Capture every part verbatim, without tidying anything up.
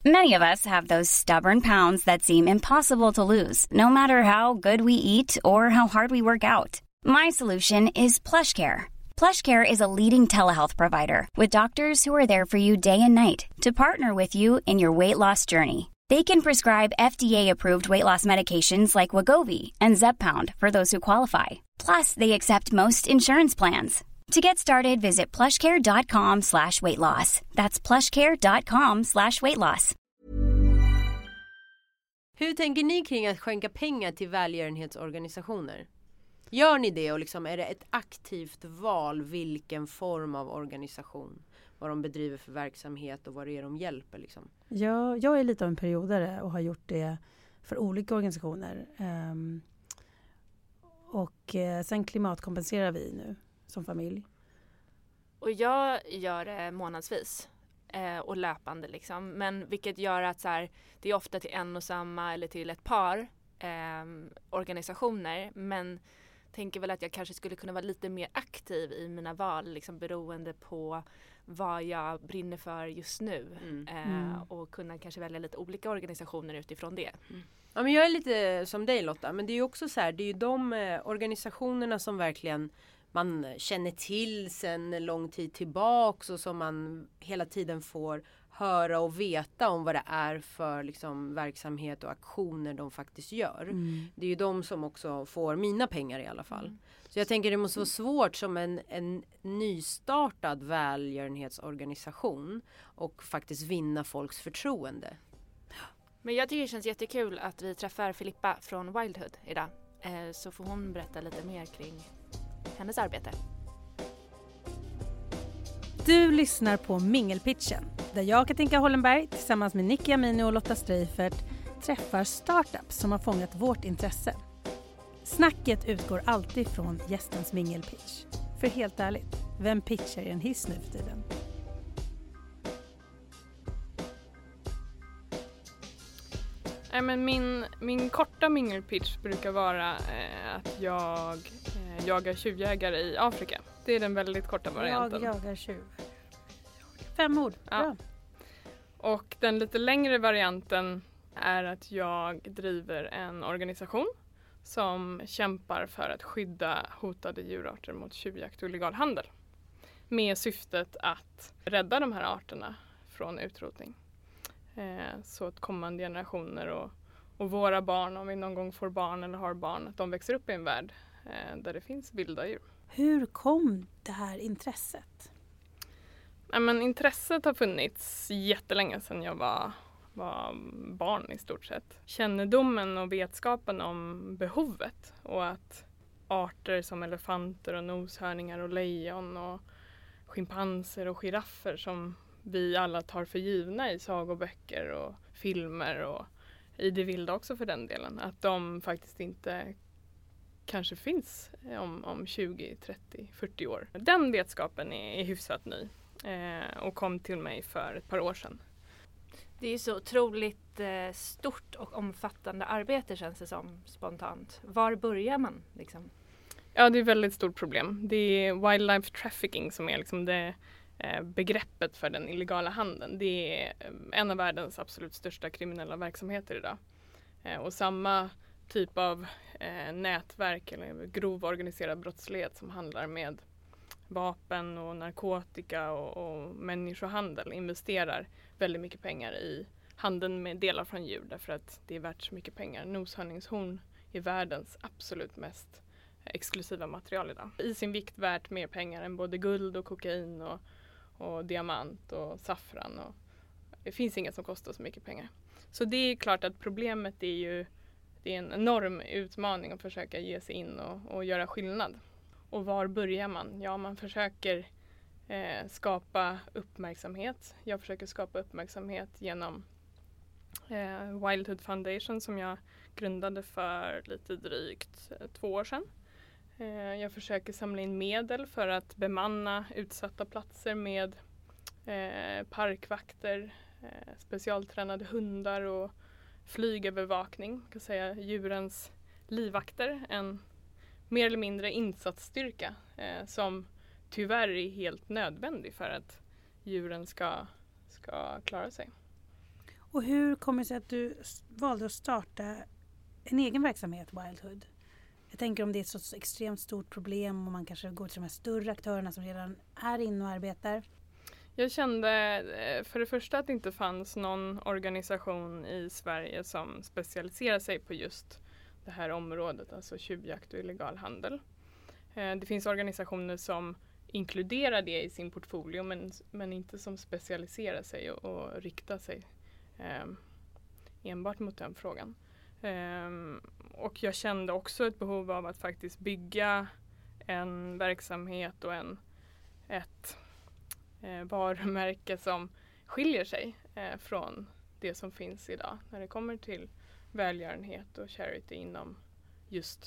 Many of us have those stubborn pounds that seem impossible to lose, no matter how good we eat or how hard we work out. My solution is PlushCare. PlushCare is a leading telehealth provider with doctors who are there for you day and night to partner with you in your weight loss journey. They can prescribe F D A-approved weight loss medications like Wegovy and Zepbound for those who qualify. Plus, they accept most insurance plans. To get started, visit plushcare.com slash weight loss. That's plushcare.com slash weight loss. Hur tänker ni kring att skänka pengar till välgörenhetsorganisationer? Gör ni det och liksom, är det ett aktivt val vilken form av organisation? Vad de bedriver för verksamhet och vad det är de hjälper liksom? Ja, jag är lite av en periodare och har gjort det för olika organisationer. Um, och uh, sen klimatkompenserar vi nu som familj. Och jag gör det månadsvis eh, och löpande liksom. Men vilket gör att så här, det är ofta till en och samma eller till ett par eh, organisationer. Men tänker väl att jag kanske skulle kunna vara lite mer aktiv i mina val liksom, beroende på vad jag brinner för just nu. Mm. Eh, mm. Och kunna kanske välja lite olika organisationer utifrån det. Mm. Ja, men jag är lite som dig Lotta, men det är ju också så här, det är ju de eh, organisationerna som verkligen man känner till sedan lång tid tillbaks och som man hela tiden får höra och veta om vad det är för liksom, verksamhet och aktioner de faktiskt gör. Mm. Det är ju de som också får mina pengar i alla fall. Mm. Så jag tänker det måste vara svårt som en, en nystartad välgörenhetsorganisation och faktiskt vinna folks förtroende. Men jag tycker det känns jättekul att vi träffar Filippa från Wildhood idag. Eh, så får hon berätta lite mer kring hennes arbete. Du lyssnar på Mingelpitchen, där jag, Katinka Hollenberg, tillsammans med Nicky Amini och Lotta Streifert träffar startups som har fångat vårt intresse. Snacket utgår alltid från gästens mingelpitch. För helt ärligt, vem pitchar i en hiss nu för tiden? Nej, men min, min korta mingelpitch brukar vara eh, att jag eh, jagar tjuvjägare i Afrika. Det är den väldigt korta varianten. Jag jagar tjuv. Fem ord. Ja. Bra. Och den lite längre varianten är att jag driver en organisation som kämpar för att skydda hotade djurarter mot tjuvjakt och illegal handel. Med syftet att rädda de här arterna från utrotning. Eh, så att kommande generationer och, och våra barn, om vi någon gång får barn eller har barn, att de växer upp i en värld eh, där det finns vilda djur. Hur kom det här intresset? Ja, men intresset har funnits jättelänge sedan jag var, var barn i stort sett. Kännedomen och vetskapen om behovet och att arter som elefanter och noshörningar och lejon och schimpanser och giraffer som vi alla tar för givna i sagoböcker och filmer och i det vilda också för den delen. Att de faktiskt inte kanske finns om, om tjugo, trettio, fyrtio år. Den vetskapen är, är hyfsat ny eh, och kom till mig för ett par år sedan. Det är ju så otroligt eh, stort och omfattande arbete känns det som spontant. Var börjar man liksom? Ja, det är ett väldigt stort problem. Det är wildlife trafficking som är liksom det begreppet för den illegala handeln. Det är en av världens absolut största kriminella verksamheter idag. Och samma typ av nätverk eller grov organiserad brottslighet som handlar med vapen och narkotika och, och människohandel investerar väldigt mycket pengar i handeln med delar från djur därför att det är värt så mycket pengar. Noshörningshorn är världens absolut mest exklusiva material idag. I sin vikt värt mer pengar än både guld och kokain och, och diamant och saffran. Och det finns inget som kostar så mycket pengar. Så det är klart att problemet är ju det är en enorm utmaning att försöka ge sig in och, och göra skillnad. Och var börjar man? Ja, man försöker eh, skapa uppmärksamhet. Jag försöker skapa uppmärksamhet genom eh, Wildhood Foundation som jag grundade för lite drygt eh, två år sedan. Eh, jag försöker samla in medel för att bemanna utsatta platser med eh, parkvakter, eh, specialtränade hundar och flygövervakning. Jag kan säga djurens livvakter, en mer eller mindre insatsstyrka eh, som tyvärr är helt nödvändig för att djuren ska, ska klara sig. Och hur kommer det sig att du valde att starta en egen verksamhet, Wildhood? Jag tänker om det är ett så extremt stort problem och man kanske går till de här större aktörerna som redan är inne och arbetar. Jag kände för det första att det inte fanns någon organisation i Sverige som specialiserar sig på just det här området, alltså tjuvjakt och illegal handel. Det finns organisationer som inkluderar det i sin portfolio men, men inte som specialiserar sig och, och riktar sig eh, enbart mot den frågan. Um, och jag kände också ett behov av att faktiskt bygga en verksamhet och en, ett eh, varumärke som skiljer sig eh, från det som finns idag när det kommer till välgörenhet och charity inom just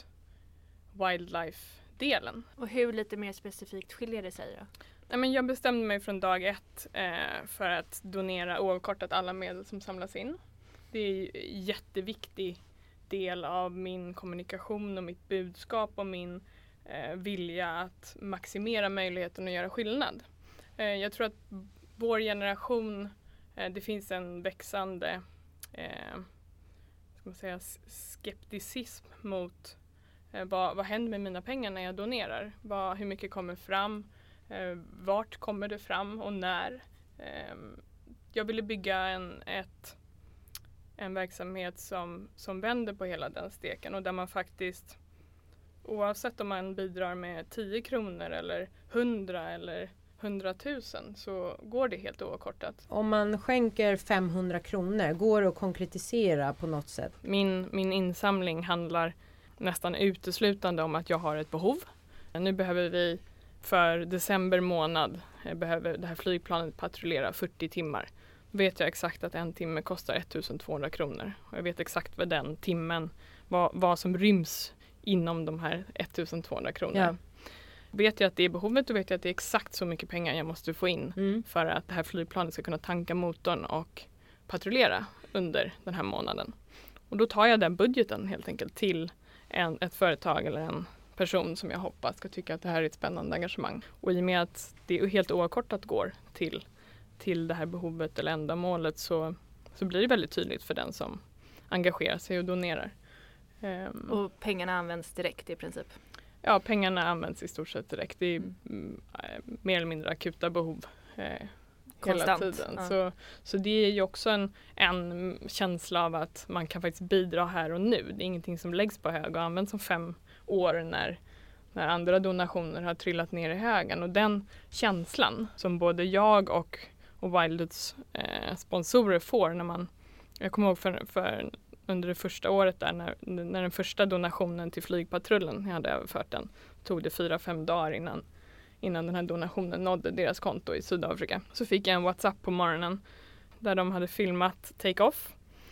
wildlife-delen. Och hur lite mer specifikt skiljer det sig då? Nej, men jag bestämde mig från dag ett eh, för att donera oavkortat alla medel som samlas in. Det är en jätteviktig del av min kommunikation och mitt budskap och min eh, vilja att maximera möjligheten att göra skillnad. Eh, jag tror att vår generation, eh, det finns en växande eh, ska man säga, skepticism mot eh, vad, vad händer med mina pengar när jag donerar? Vad, hur mycket kommer fram? Eh, vart kommer det fram och när? Eh, jag ville bygga en, ett en verksamhet som, som vänder på hela den steken och där man faktiskt, oavsett om man bidrar med tio kronor eller hundra eller hundratusen, så går det helt oavkortat. Om man skänker femhundra kronor, går det att konkretisera på något sätt? Min, min insamling handlar nästan uteslutande om att jag har ett behov. Nu behöver vi för december månad, behöver det här flygplanet patrullera fyrtio timmar. Vet jag exakt att en timme kostar ettusentvåhundra kronor. Och jag vet exakt vad den timmen, vad, vad som ryms inom de här ettusentvåhundra kronor. Ja. Vet jag att det är behovet, då vet jag att det är exakt så mycket pengar jag måste få in mm. för att det här flygplanet ska kunna tanka motorn och patrullera under den här månaden. Och då tar jag den budgeten helt enkelt till en, ett företag eller en person som jag hoppas ska tycka att det här är ett spännande engagemang. Och i och med att det helt oavkortat går till till det här behovet eller ändamålet så, så blir det väldigt tydligt för den som engagerar sig och donerar. Um, och pengarna används direkt i princip? Ja, pengarna används i stort sett direkt. Det är mm, mer eller mindre akuta behov eh, hela tiden. Ja. Så, så det är ju också en, en känsla av att man kan faktiskt bidra här och nu. Det är ingenting som läggs på hög och används om fem år när när andra donationer har trillat ner i högen. Och den känslan som både jag och och Wildhoods eh, sponsorer får när man, jag kommer ihåg för, för under det första året där när, när den första donationen till flygpatrullen, jag hade överfört den, tog det fyra, fem dagar innan, innan den här donationen nådde deras konto i Sydafrika. Så fick jag en WhatsApp på morgonen där de hade filmat take-off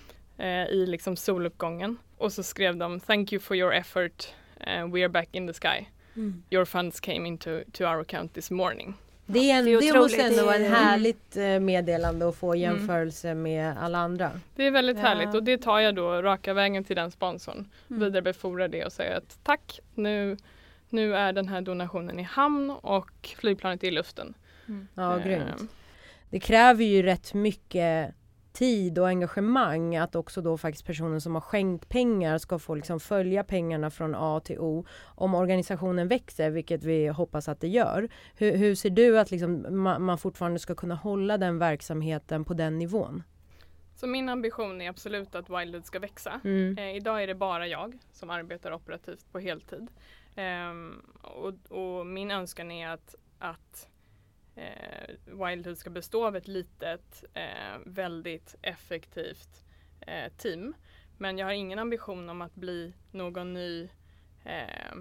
eh, i liksom soluppgången och så skrev de "Thank you for your effort, uh, we are back in the sky. Mm. Your funds came into to our account this morning." Det, är en, det, är det måste ändå vara en härligt meddelande att få jämförelse mm. med alla andra. Det är väldigt ja. härligt och det tar jag då raka vägen till den sponsorn. Mm. Vidarebefordrar det och säger att tack, nu, nu är den här donationen i hamn och flygplanet är i luften. Mm. Ja, grymt. Det kräver ju rätt mycket tid och engagemang att också då faktiskt personen som har skänkt pengar ska få liksom följa pengarna från A till O om organisationen växer, vilket vi hoppas att det gör. Hur, hur ser du att liksom man, man fortfarande ska kunna hålla den verksamheten på den nivån? Så min ambition är absolut att Wildhood ska växa. Mm. Eh, idag är det bara jag som arbetar operativt på heltid. Eh, och, och min önskan är att, att Eh, Wildhood ska bestå av ett litet, eh, väldigt effektivt eh, team. Men jag har ingen ambition om att bli någon ny, eh,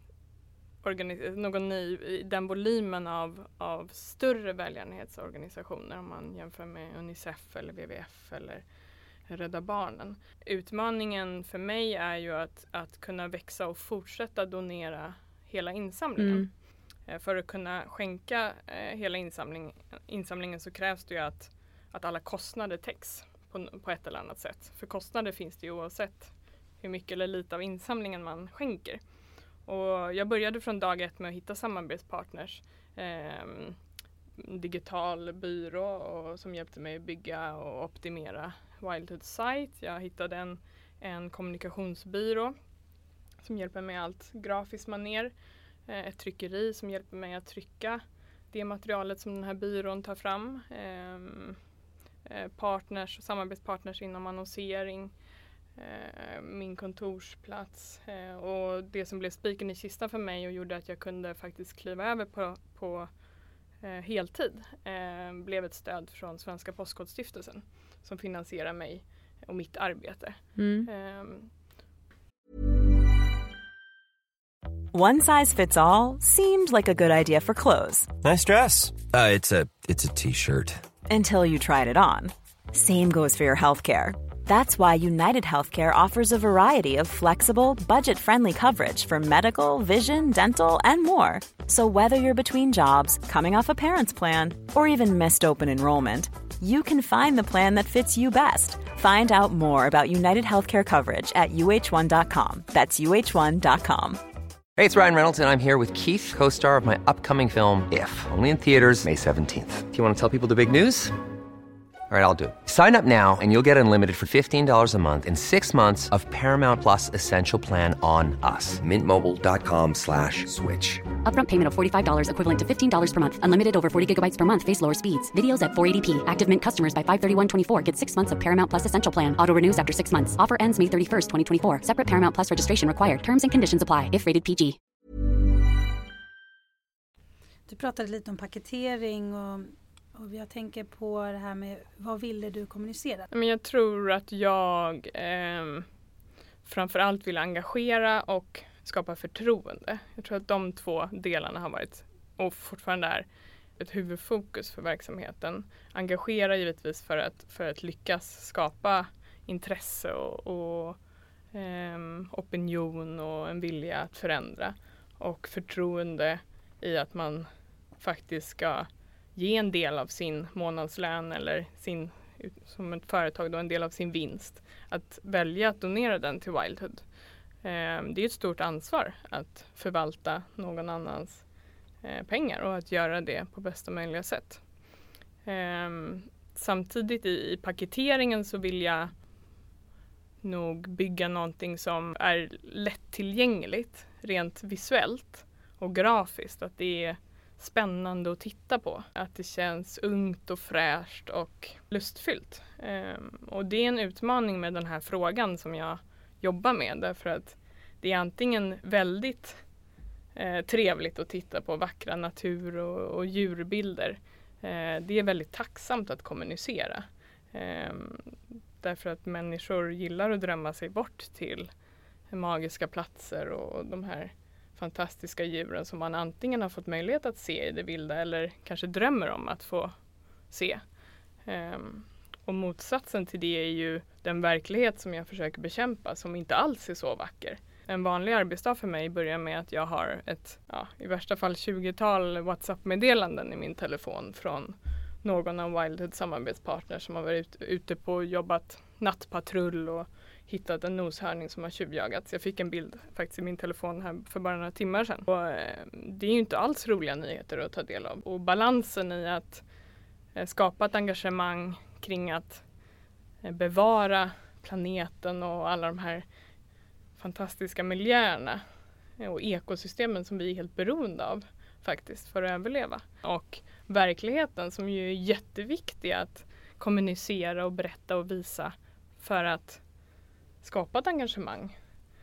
organis- någon ny i den volymen av, av större välgörenhetsorganisationer om man jämför med Unicef eller W W F eller Rädda Barnen. Utmaningen för mig är ju att, att kunna växa och fortsätta donera hela insamlingen. Mm. För att kunna skänka eh, hela insamling, insamlingen så krävs det ju att, att alla kostnader täcks på, på ett eller annat sätt. För kostnader finns det ju oavsett hur mycket eller lite av insamlingen man skänker. Och jag började från dag ett med att hitta samarbetspartners. Eh, digital byrå och som hjälpte mig bygga och optimera Wildhoods sajt. Jag hittade en, en kommunikationsbyrå som hjälper mig allt grafiskt maner. Ett tryckeri som hjälper mig att trycka det materialet som den här byrån tar fram. Partners, samarbetspartners inom annonsering. Min kontorsplats. Och det som blev spiken i kistan för mig och gjorde att jag kunde faktiskt kliva över på, på heltid blev ett stöd från Svenska Postkodstiftelsen som finansierar mig och mitt arbete. Mm. Um, One size fits all seemed like a good idea for clothes. Nice dress. Uh, it's a it's a t-shirt. Until you tried it on. Same goes for your healthcare. That's why United Healthcare offers a variety of flexible, budget-friendly coverage for medical, vision, dental, and more. So whether you're between jobs, coming off a parent's plan, or even missed open enrollment, you can find the plan that fits you best. Find out more about United Healthcare coverage at U H one dot com. That's U H one dot com. Hey, it's Ryan Reynolds, and I'm here with Keith, co-star of my upcoming film, If, only in theaters May seventeenth. Do you want to tell people the big news? All right, I'll do it. Sign up now and you'll get unlimited for fifteen dollars a month and six months of Paramount Plus Essential Plan on us. Mint Mobile dot com slash switch. Upfront payment of forty-five dollars equivalent to fifteen dollars per month. Unlimited over forty gigabytes per month. Face lower speeds. Videos at four eighty p. Active Mint customers by five thirty-one twenty-four get six months of Paramount Plus Essential Plan. Auto renews after six months. Offer ends May thirty-first, twenty twenty-four. Separate Paramount Plus registration required. Terms and conditions apply if rated P G. Du pratade lite om paketering och, och jag tänker på det här med vad ville du kommunicera? Men jag tror att jag eh, framförallt vill engagera och skapa förtroende. Jag tror att de två delarna har varit och fortfarande är ett huvudfokus för verksamheten. Engagera givetvis för att, för att lyckas skapa intresse och, och eh, opinion och en vilja att förändra. Och förtroende i att man faktiskt ska ge en del av sin månadslön eller sin, som ett företag då, en del av sin vinst. Att välja att donera den till Wildhood. Eh, det är ett stort ansvar att förvalta någon annans eh, pengar och att göra det på bästa möjliga sätt. Eh, samtidigt i, i paketeringen så vill jag nog bygga någonting som är lättillgängligt rent visuellt och grafiskt. Att det är spännande att titta på. Att det känns ungt och fräscht och lustfyllt. Um, och det är en utmaning med den här frågan som jag jobbar med. Därför att det är antingen väldigt eh, trevligt att titta på vackra natur- och, och djurbilder. Eh, det är väldigt tacksamt att kommunicera. Eh, därför att människor gillar att drömma sig bort till magiska platser och de här fantastiska djuren som man antingen har fått möjlighet att se i det vilda eller kanske drömmer om att få se. Um, och motsatsen till det är ju den verklighet som jag försöker bekämpa som inte alls är så vacker. En vanlig arbetsdag för mig börjar med att jag har ett, ja, i värsta fall tjugotal WhatsApp-meddelanden i min telefon från någon av Wildhoods samarbetspartners som har varit ute på och jobbat nattpatrull och hittat en noshörning som har tjuvjagats. Jag fick en bild faktiskt i min telefon här för bara några timmar sedan. Och, eh, det är ju inte alls roliga nyheter att ta del av. Och balansen i att eh, skapa ett engagemang kring att eh, bevara planeten och alla de här fantastiska miljöerna eh, och ekosystemen som vi är helt beroende av faktiskt för att överleva. Och verkligheten som ju är jätteviktig att kommunicera och berätta och visa för att skapa ett engagemang.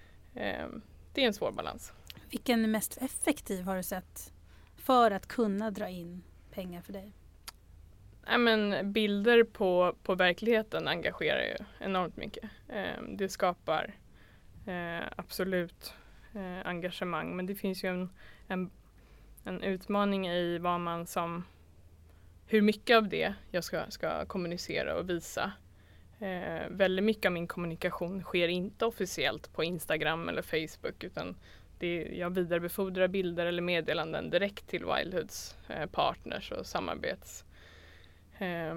Eh, det är en svår balans. Vilken är mest effektiv har du sett för att kunna dra in pengar för dig? Ja, men bilder på, på verkligheten engagerar ju enormt mycket. Eh, det skapar eh, absolut eh, engagemang. Men det finns ju en, en, en utmaning i vad man som hur mycket av det jag ska, ska kommunicera och visa. Eh, väldigt mycket av min kommunikation sker inte officiellt på Instagram eller Facebook utan det, jag vidarebefordrar bilder eller meddelanden direkt till Wildhoods eh, partners och samarbets eh,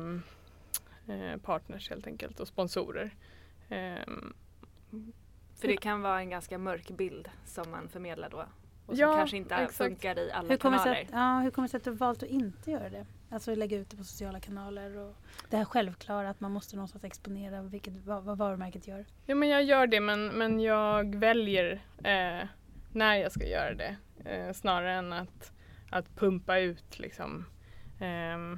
eh, partners helt enkelt och sponsorer. Eh, För det kan vara en ganska mörk bild som man förmedlar då och som ja, kanske inte exakt. Funkar i alla hur kommer kanaler. att, ja, hur kommer det sig att du valt att inte göra det? Alltså lägga ut det på sociala kanaler och det här självklara att man måste någonstans exponera vilket, vad, vad varumärket gör. Ja, men jag gör det, men, men jag väljer eh, när jag ska göra det. Eh, snarare än att, att pumpa ut liksom eh,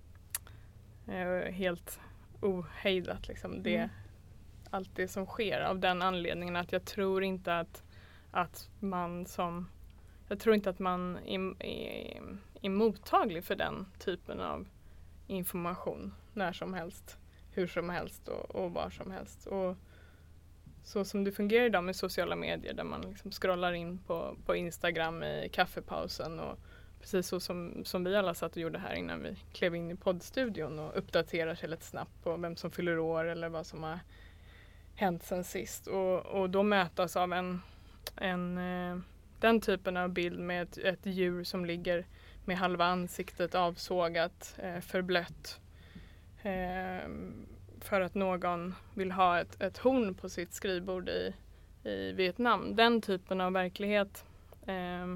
eh, helt ohejdat liksom det, mm. allt det som sker, av den anledningen att jag tror inte att, att man som jag tror inte att man är, är, är mottaglig för den typen av information när som helst, hur som helst och, och var som helst. Och så som det fungerar idag med sociala medier där man liksom scrollar in på, på Instagram i kaffepausen och precis så som, som vi alla satt och gjorde här innan vi klev in i poddstudion och uppdaterar sig lite snabbt på vem som fyller år eller vad som har hänt sen sist. Och, och då mötas av en, en eh, den typen av bild med ett, ett djur som ligger med halva ansiktet avsågat, eh, förblött. Eh, för att någon vill ha ett, ett horn på sitt skrivbord i, i Vietnam. Den typen av verklighet eh,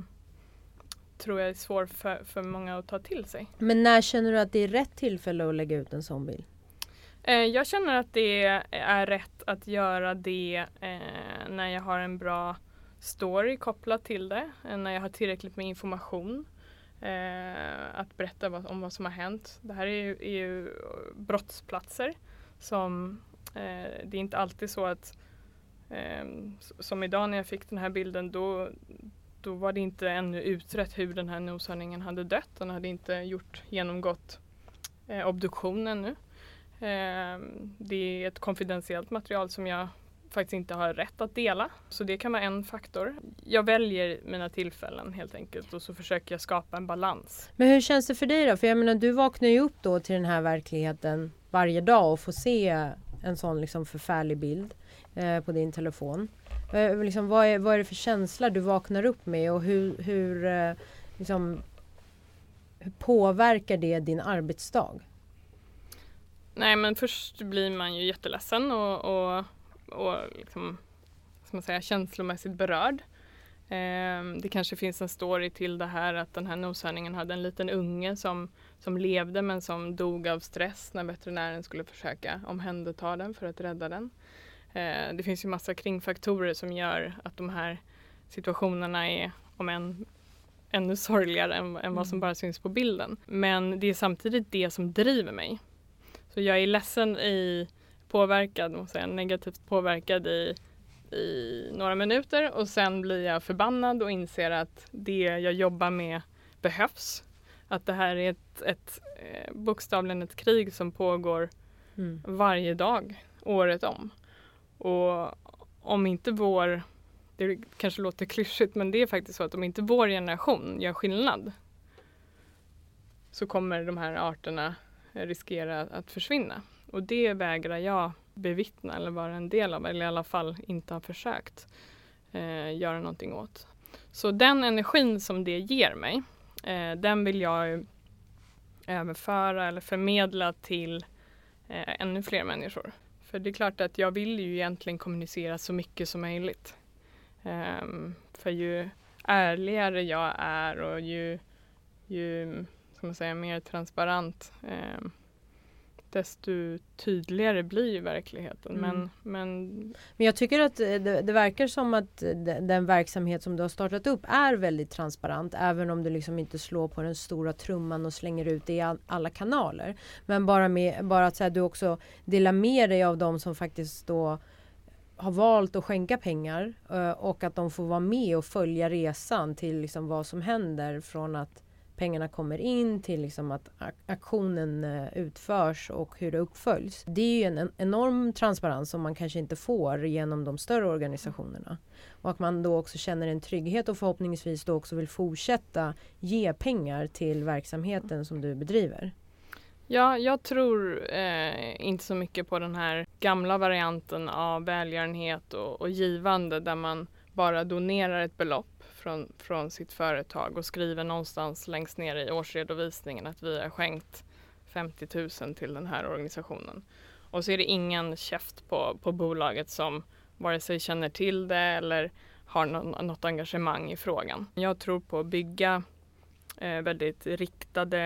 tror jag är svår för, för många att ta till sig. Men när känner du att det är rätt tillfälle att lägga ut en sån bild? Eh, jag känner att det är rätt att göra det eh, när jag har en bra story kopplat till det. Eh, när jag har tillräckligt med information. Eh, att berätta vad, om vad som har hänt. Det här är ju, är ju brottsplatser. Som, eh, det är inte alltid så att eh, som idag när jag fick den här bilden då, då var det inte ännu utrett hur den här noshörningen hade dött. Den hade inte gjort genomgått eh, obduktion ännu. Eh, det är ett konfidentiellt material som jag faktiskt inte har rätt att dela. Så det kan vara en faktor. Jag väljer mina tillfällen helt enkelt och så försöker jag skapa en balans. Men hur känns det för dig då? För jag menar, du vaknar ju upp då till den här verkligheten varje dag och får se en sån liksom förfärlig bild eh, på din telefon. Eh, liksom, vad, är, vad är det för känsla du vaknar upp med och hur, hur, eh, liksom, hur påverkar det din arbetsdag? Nej, men först blir man ju jätteledsen och, och, och liksom, ska man säga, känslomässigt berörd. Eh, det kanske finns en story till det här att den här noshörningen hade en liten unge som, som levde men som dog av stress när veterinären skulle försöka omhänderta den för att rädda den. Eh, det finns ju massa kringfaktorer som gör att de här situationerna är om än ännu sorgligare än, än vad som bara syns på bilden. Men det är samtidigt det som driver mig. Så jag är ledsen i påverkad, måste säga, negativt påverkad i, i några minuter och sen blir jag förbannad och inser att det jag jobbar med behövs. Att det här är ett, ett eh, bokstavligen ett krig som pågår mm. varje dag, året om. Och om inte vår, det kanske låter klyschigt men det är faktiskt så att om inte vår generation gör skillnad så kommer de här arterna riskera att försvinna. Och det vägrar jag bevittna eller vara en del av, eller i alla fall inte ha försökt eh, göra någonting åt. Så den energin som det ger mig, eh, den vill jag överföra eller förmedla till eh, ännu fler människor. För det är klart att jag vill ju egentligen kommunicera så mycket som möjligt. Eh, för ju ärligare jag är och ju, ju ska man säga, mer transparent eh, desto tydligare blir ju verkligheten. Mm. Men, men... men jag tycker att det, det verkar som att den, den verksamhet som du har startat upp är väldigt transparent. Även om du liksom inte slår på den stora trumman och slänger ut det i all, alla kanaler. Men bara, med, bara att så här, du också delar med dig av de som faktiskt då har valt att skänka pengar. Och att de får vara med och följa resan till liksom vad som händer från att pengarna kommer in till liksom att aktionen utförs och hur det uppföljs. Det är ju en, en enorm transparens som man kanske inte får genom de större organisationerna. Och att man då också känner en trygghet och förhoppningsvis då också vill fortsätta ge pengar till verksamheten som du bedriver. Ja, jag tror eh, inte så mycket på den här gamla varianten av välgörenhet och, och givande där man bara donerar ett belopp Från, från sitt företag och skriver någonstans längst ner i årsredovisningen att vi har skänkt femtio tusen till den här organisationen. Och så är det ingen käft på, på bolaget som vare sig känner till det eller har någon, något engagemang i frågan. Jag tror på att bygga eh, väldigt riktade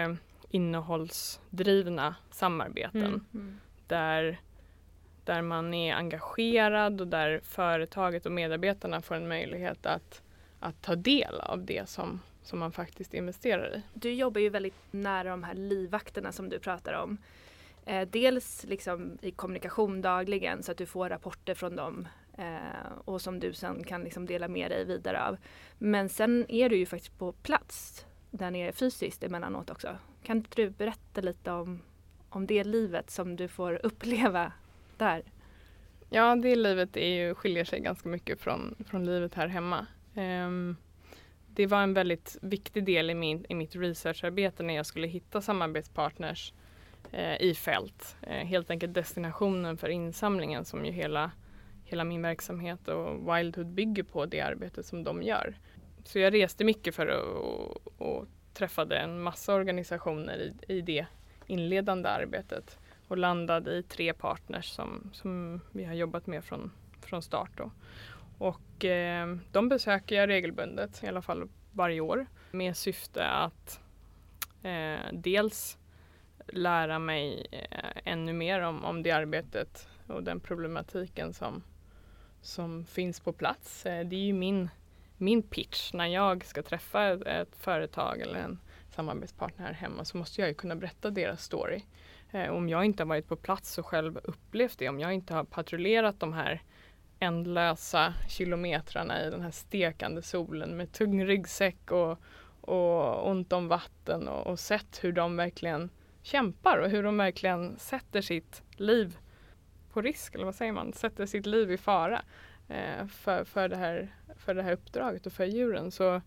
innehållsdrivna samarbeten. Mm. Mm. Där, där man är engagerad och där företaget och medarbetarna får en möjlighet att, att ta del av det som, som man faktiskt investerar i. Du jobbar ju väldigt nära de här livvakterna som du pratar om. Eh, dels liksom i kommunikation dagligen så att du får rapporter från dem eh, och som du sen kan liksom dela med dig vidare av. Men sen är du ju faktiskt på plats där nere fysiskt emellanåt också. Kan inte du berätta lite om, om det livet som du får uppleva där? Ja, det livet är ju, skiljer sig ganska mycket från, från livet här hemma. Um, det var en väldigt viktig del i, min, i mitt researcharbete när jag skulle hitta samarbetspartners eh, i fält. Eh, helt enkelt destinationen för insamlingen som ju hela, hela min verksamhet och Wildhood bygger på det arbetet som de gör. Så jag reste mycket för att och, och träffade en massa organisationer i, i det inledande arbetet och landade i tre partners som, som vi har jobbat med från, från start då. Och eh, de besöker jag regelbundet, i alla fall varje år, med syfte att eh, dels lära mig eh, ännu mer om, om det arbetet och den problematiken som, som finns på plats. Eh, det är ju min, min pitch när jag ska träffa ett, ett företag eller en samarbetspartner här hemma, så måste jag ju kunna berätta deras story. Eh, om jag inte har varit på plats och själv upplevt det, om jag inte har patrullerat de här ändlösa kilometrarna i den här stekande solen med tung ryggsäck och, och ont om vatten och, och sett hur de verkligen kämpar och hur de verkligen sätter sitt liv på risk, eller vad säger man, sätter sitt liv i fara eh, för, för, det här, för det här uppdraget och för djuren. Så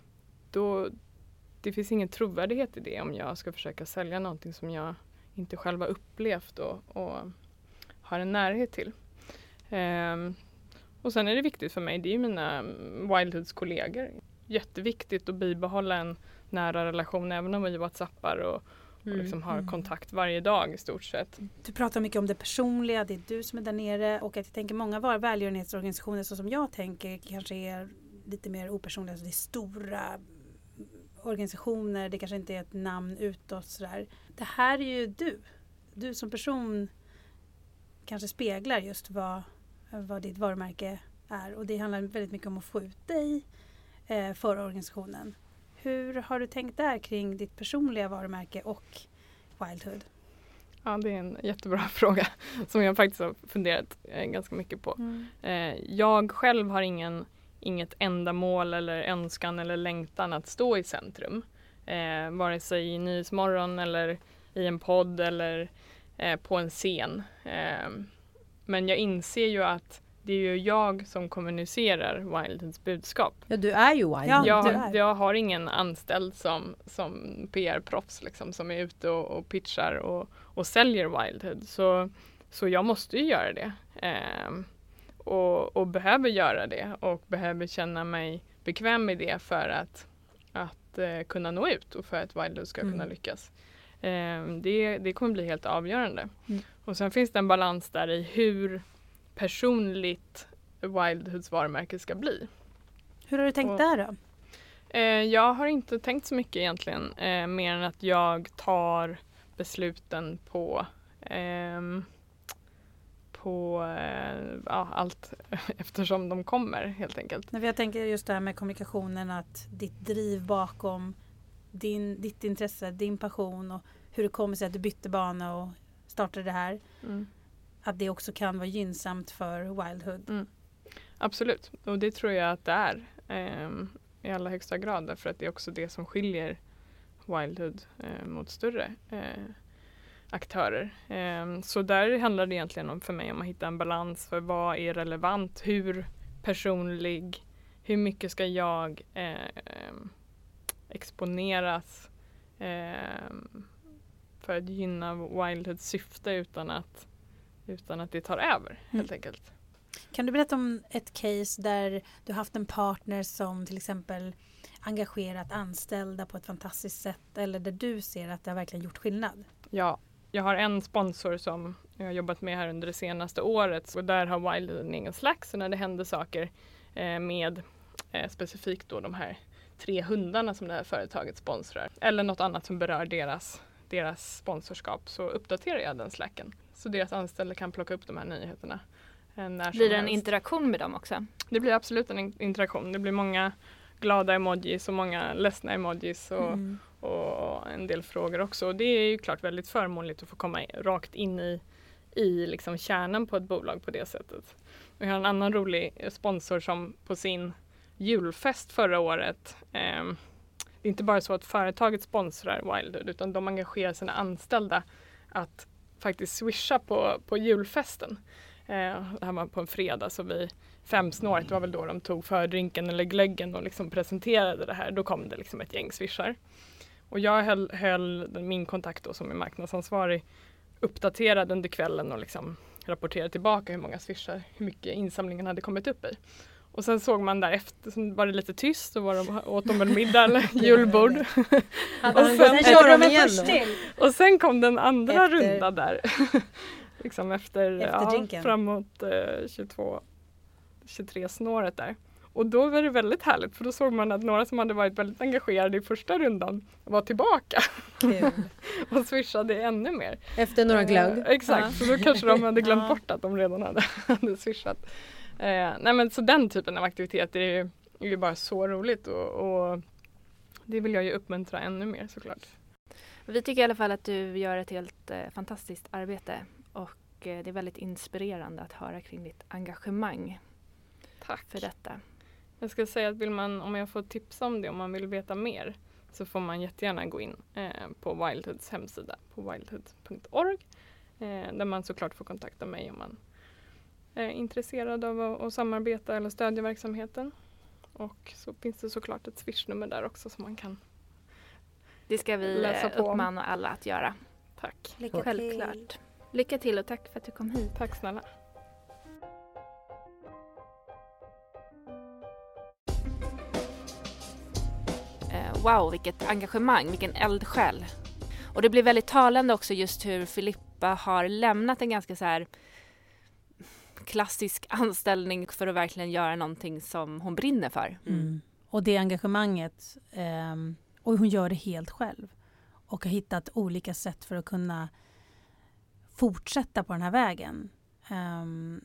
då, det finns ingen trovärdighet i det om jag ska försöka sälja någonting som jag inte själv har upplevt och, och har en närhet till. Um, och sen är det viktigt för mig, det är ju mina Wildhoods kollegor. Jätteviktigt att bibehålla en nära relation även om vi whatsappar och, och Mm. liksom har Mm. kontakt varje dag i stort sett. Du pratar mycket om det personliga, det är du som är där nere och att jag tänker många var välgörenhetsorganisationer så som jag tänker kanske är lite mer opersonliga, alltså det är stora organisationer, det kanske inte är ett namn utåt sådär. Det här är ju du. Du som person kanske speglar just vad, vad ditt varumärke är och det handlar väldigt mycket om att få ut dig eh, för organisationen. Hur har du tänkt där kring ditt personliga varumärke och Wildhood? Ja, det är en jättebra fråga som jag faktiskt har funderat eh, ganska mycket på. Mm. Eh, jag själv har ingen, inget ändamål eller önskan eller längtan att stå i centrum. Eh, vare sig i Nyhetsmorgon eller i en podd eller eh, på en scen. Eh, men jag inser ju att det är ju jag som kommunicerar Wildhoods budskap. Ja, du är ju Wildhood. Ja, jag, du är. jag har ingen anställd som, som P R-proffs liksom, som är ute och, och pitchar och, och säljer Wildhood. Så, så jag måste ju göra det. Eh, och, och behöver göra det och behöver känna mig bekväm med det för att, att eh, kunna nå ut och för att Wildhood ska Mm. kunna lyckas. Eh, det, det kommer bli helt avgörande. Mm. Och sen finns det en balans där i hur personligt Wildhoods varumärke ska bli. Hur har du tänkt Och- där då? Eh, jag har inte tänkt så mycket egentligen, eh, mer än att jag tar besluten på, ehm, på eh, ja, allt eftersom de kommer helt enkelt. När jag tänker just det här med kommunikationen, att ditt driv bakom din, ditt intresse, din passion och hur det kommer sig att du bytte bana och startade det här. Mm. Att det också kan vara gynnsamt för Wildhood. Mm. Absolut, och det tror jag att det är ehm, i allra högsta grad, därför att det är också det som skiljer Wildhood eh, mot större eh, aktörer. Eh, så där handlar det egentligen om för mig om att hitta en balans för vad är relevant, hur personlig, hur mycket ska jag eh, exponeras eh, för att gynna Wildhoods syfte utan att, utan att det tar över helt enkelt. Kan du berätta om ett case där du haft en partner som till exempel engagerat anställda på ett fantastiskt sätt eller där du ser att det har verkligen gjort skillnad? Ja, jag har en sponsor som jag har jobbat med här under det senaste året och där har Wildhood en egen Slack, så när det händer saker eh, med eh, specifikt då de här tre hundarna som det här företaget sponsrar eller något annat som berör deras, deras sponsorskap så uppdaterar jag den slacken. Så deras anställda kan plocka upp de här nyheterna. När blir det en helst. interaktion med dem också? Det blir absolut en interaktion. Det blir många glada emojis och många ledsna emojis och, mm. och en del frågor också. Och det är ju klart väldigt förmånligt att få komma rakt in i, i liksom kärnan på ett bolag på det sättet. Vi har en annan rolig sponsor som på sin julfest förra året. Eh, det är inte bara så att företaget sponsrar Wildhood utan de engagerar sina anställda att faktiskt swisha på, på julfesten. Eh, det här var på en fredag så vi femsnåret, det var väl då de tog fördrinken eller glöggen och liksom presenterade det här. Då kom det liksom ett gäng swishar. Och jag höll, höll min kontakt då som är marknadsansvarig uppdaterad under kvällen och liksom rapporterade tillbaka hur många swishar, hur mycket insamlingen hade kommit upp i. Och sen såg man därefter, så var det lite tyst och var de, åt de en middag eller julbord. och, sen, sen de igen och sen kom den andra efter, runda där. liksom efter, efter ja, framåt eh, tjugotvå tjugotre snåret där. Och då var det väldigt härligt för då såg man att några som hade varit väldigt engagerade i första rundan var tillbaka. Kul. och swishade ännu mer. Efter några glögg. Eh, exakt, så då kanske de hade glömt bort att de redan hade, hade swishat. Eh, nej men så den typen av aktiviteter är ju, är ju bara så roligt och, och det vill jag ju uppmuntra ännu mer såklart. Vi tycker i alla fall att du gör ett helt eh, fantastiskt arbete och eh, det är väldigt inspirerande att höra kring ditt engagemang. Tack för detta. Jag ska säga att vill man, om jag får tipsa om det, om man vill veta mer så får man jättegärna gå in eh, på Wildhoods hemsida på wildhood punkt org eh, där man såklart får kontakta mig om man är intresserad av att, att samarbeta eller stödja verksamheten. Och så finns det såklart ett swishnummer där också som man kan Det ska vi läsa på uppmana alla att göra. Tack. Lycka Självklart. till. Lycka till och tack för att du kom hit. Tack snälla. Wow, vilket engagemang, vilken eldsjäl. Och det blir väldigt talande också just hur Filippa har lämnat en ganska så här klassisk anställning för att verkligen göra någonting som hon brinner för. Mm. Och det engagemanget, eh, och hon gör det helt själv. Och har hittat olika sätt för att kunna fortsätta på den här vägen. Um,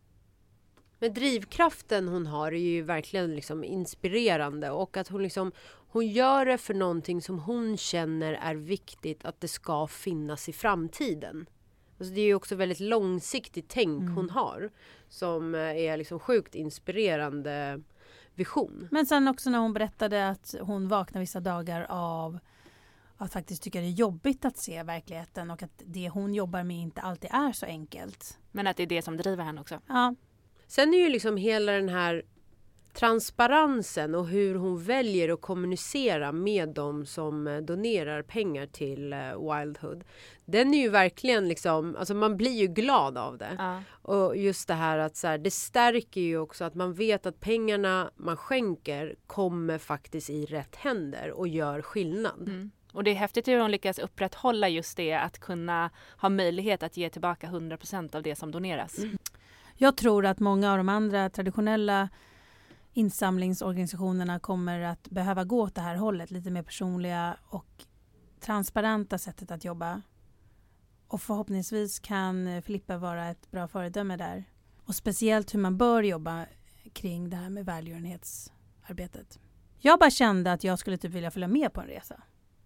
Men drivkraften hon har är ju verkligen liksom inspirerande och att hon liksom hon gör det för någonting som hon känner är viktigt att det ska finnas i framtiden. Alltså det är ju också väldigt långsiktigt tänk mm. hon har som är liksom sjukt inspirerande vision. Men sen också när hon berättade att hon vaknar vissa dagar av att faktiskt tycka det är jobbigt att se verkligheten och att det hon jobbar med inte alltid är så enkelt. Men att det är det som driver henne också. Ja. Sen är ju liksom hela den här transparensen och hur hon väljer att kommunicera med dem som donerar pengar till Wildhood. Den är ju verkligen liksom, alltså man blir ju glad av det. Ja. Och just det här att så här, det stärker ju också att man vet att pengarna man skänker kommer faktiskt i rätt händer och gör skillnad. Mm. Och det är häftigt hur hon lyckas upprätthålla just det att kunna ha möjlighet att ge tillbaka hundra procent av det som doneras. Mm. Jag tror att många av de andra traditionella insamlingsorganisationerna kommer att behöva gå åt det här hållet. Lite mer personliga och transparenta sättet att jobba. Och förhoppningsvis kan Filippa vara ett bra föredöme där. Och speciellt hur man bör jobba kring det här med välgörenhetsarbetet. Jag bara kände att jag skulle typ vilja följa med på en resa.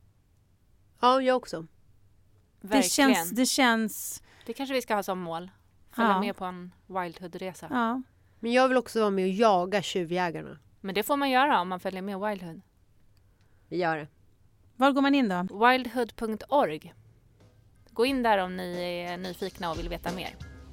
Ja, jag också. Verkligen. Det känns... Det, känns... det kanske vi ska ha som mål. Följa ja. med på en Wildhood-resa. Ja. Men jag vill också vara med och jaga tjuvjägarna. Men det får man göra om man följer med Wildhood. Vi gör det. Var går man in då? wildhood punkt org. Gå in där om ni är nyfikna och vill veta mer.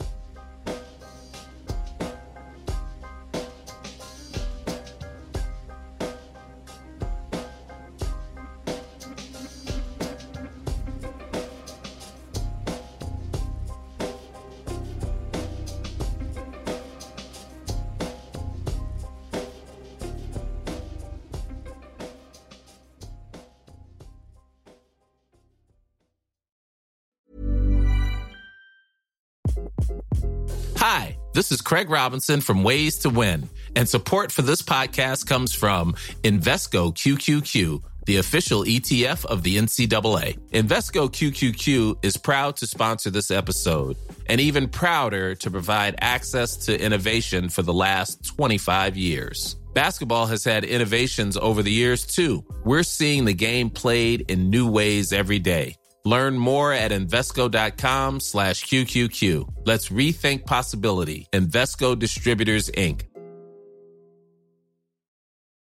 Hi, this is Craig Robinson from Ways to Win, and support for this podcast comes from Invesco Q Q Q, the official E T F of the N C double A. Invesco Q Q Q is proud to sponsor this episode and even prouder to provide access to innovation for the last twenty-five years. Basketball has had innovations over the years, too. We're seeing the game played in new ways every day. Learn more at Invesco.com slash QQQ. Let's rethink possibility. Invesco Distributors, Incorporated.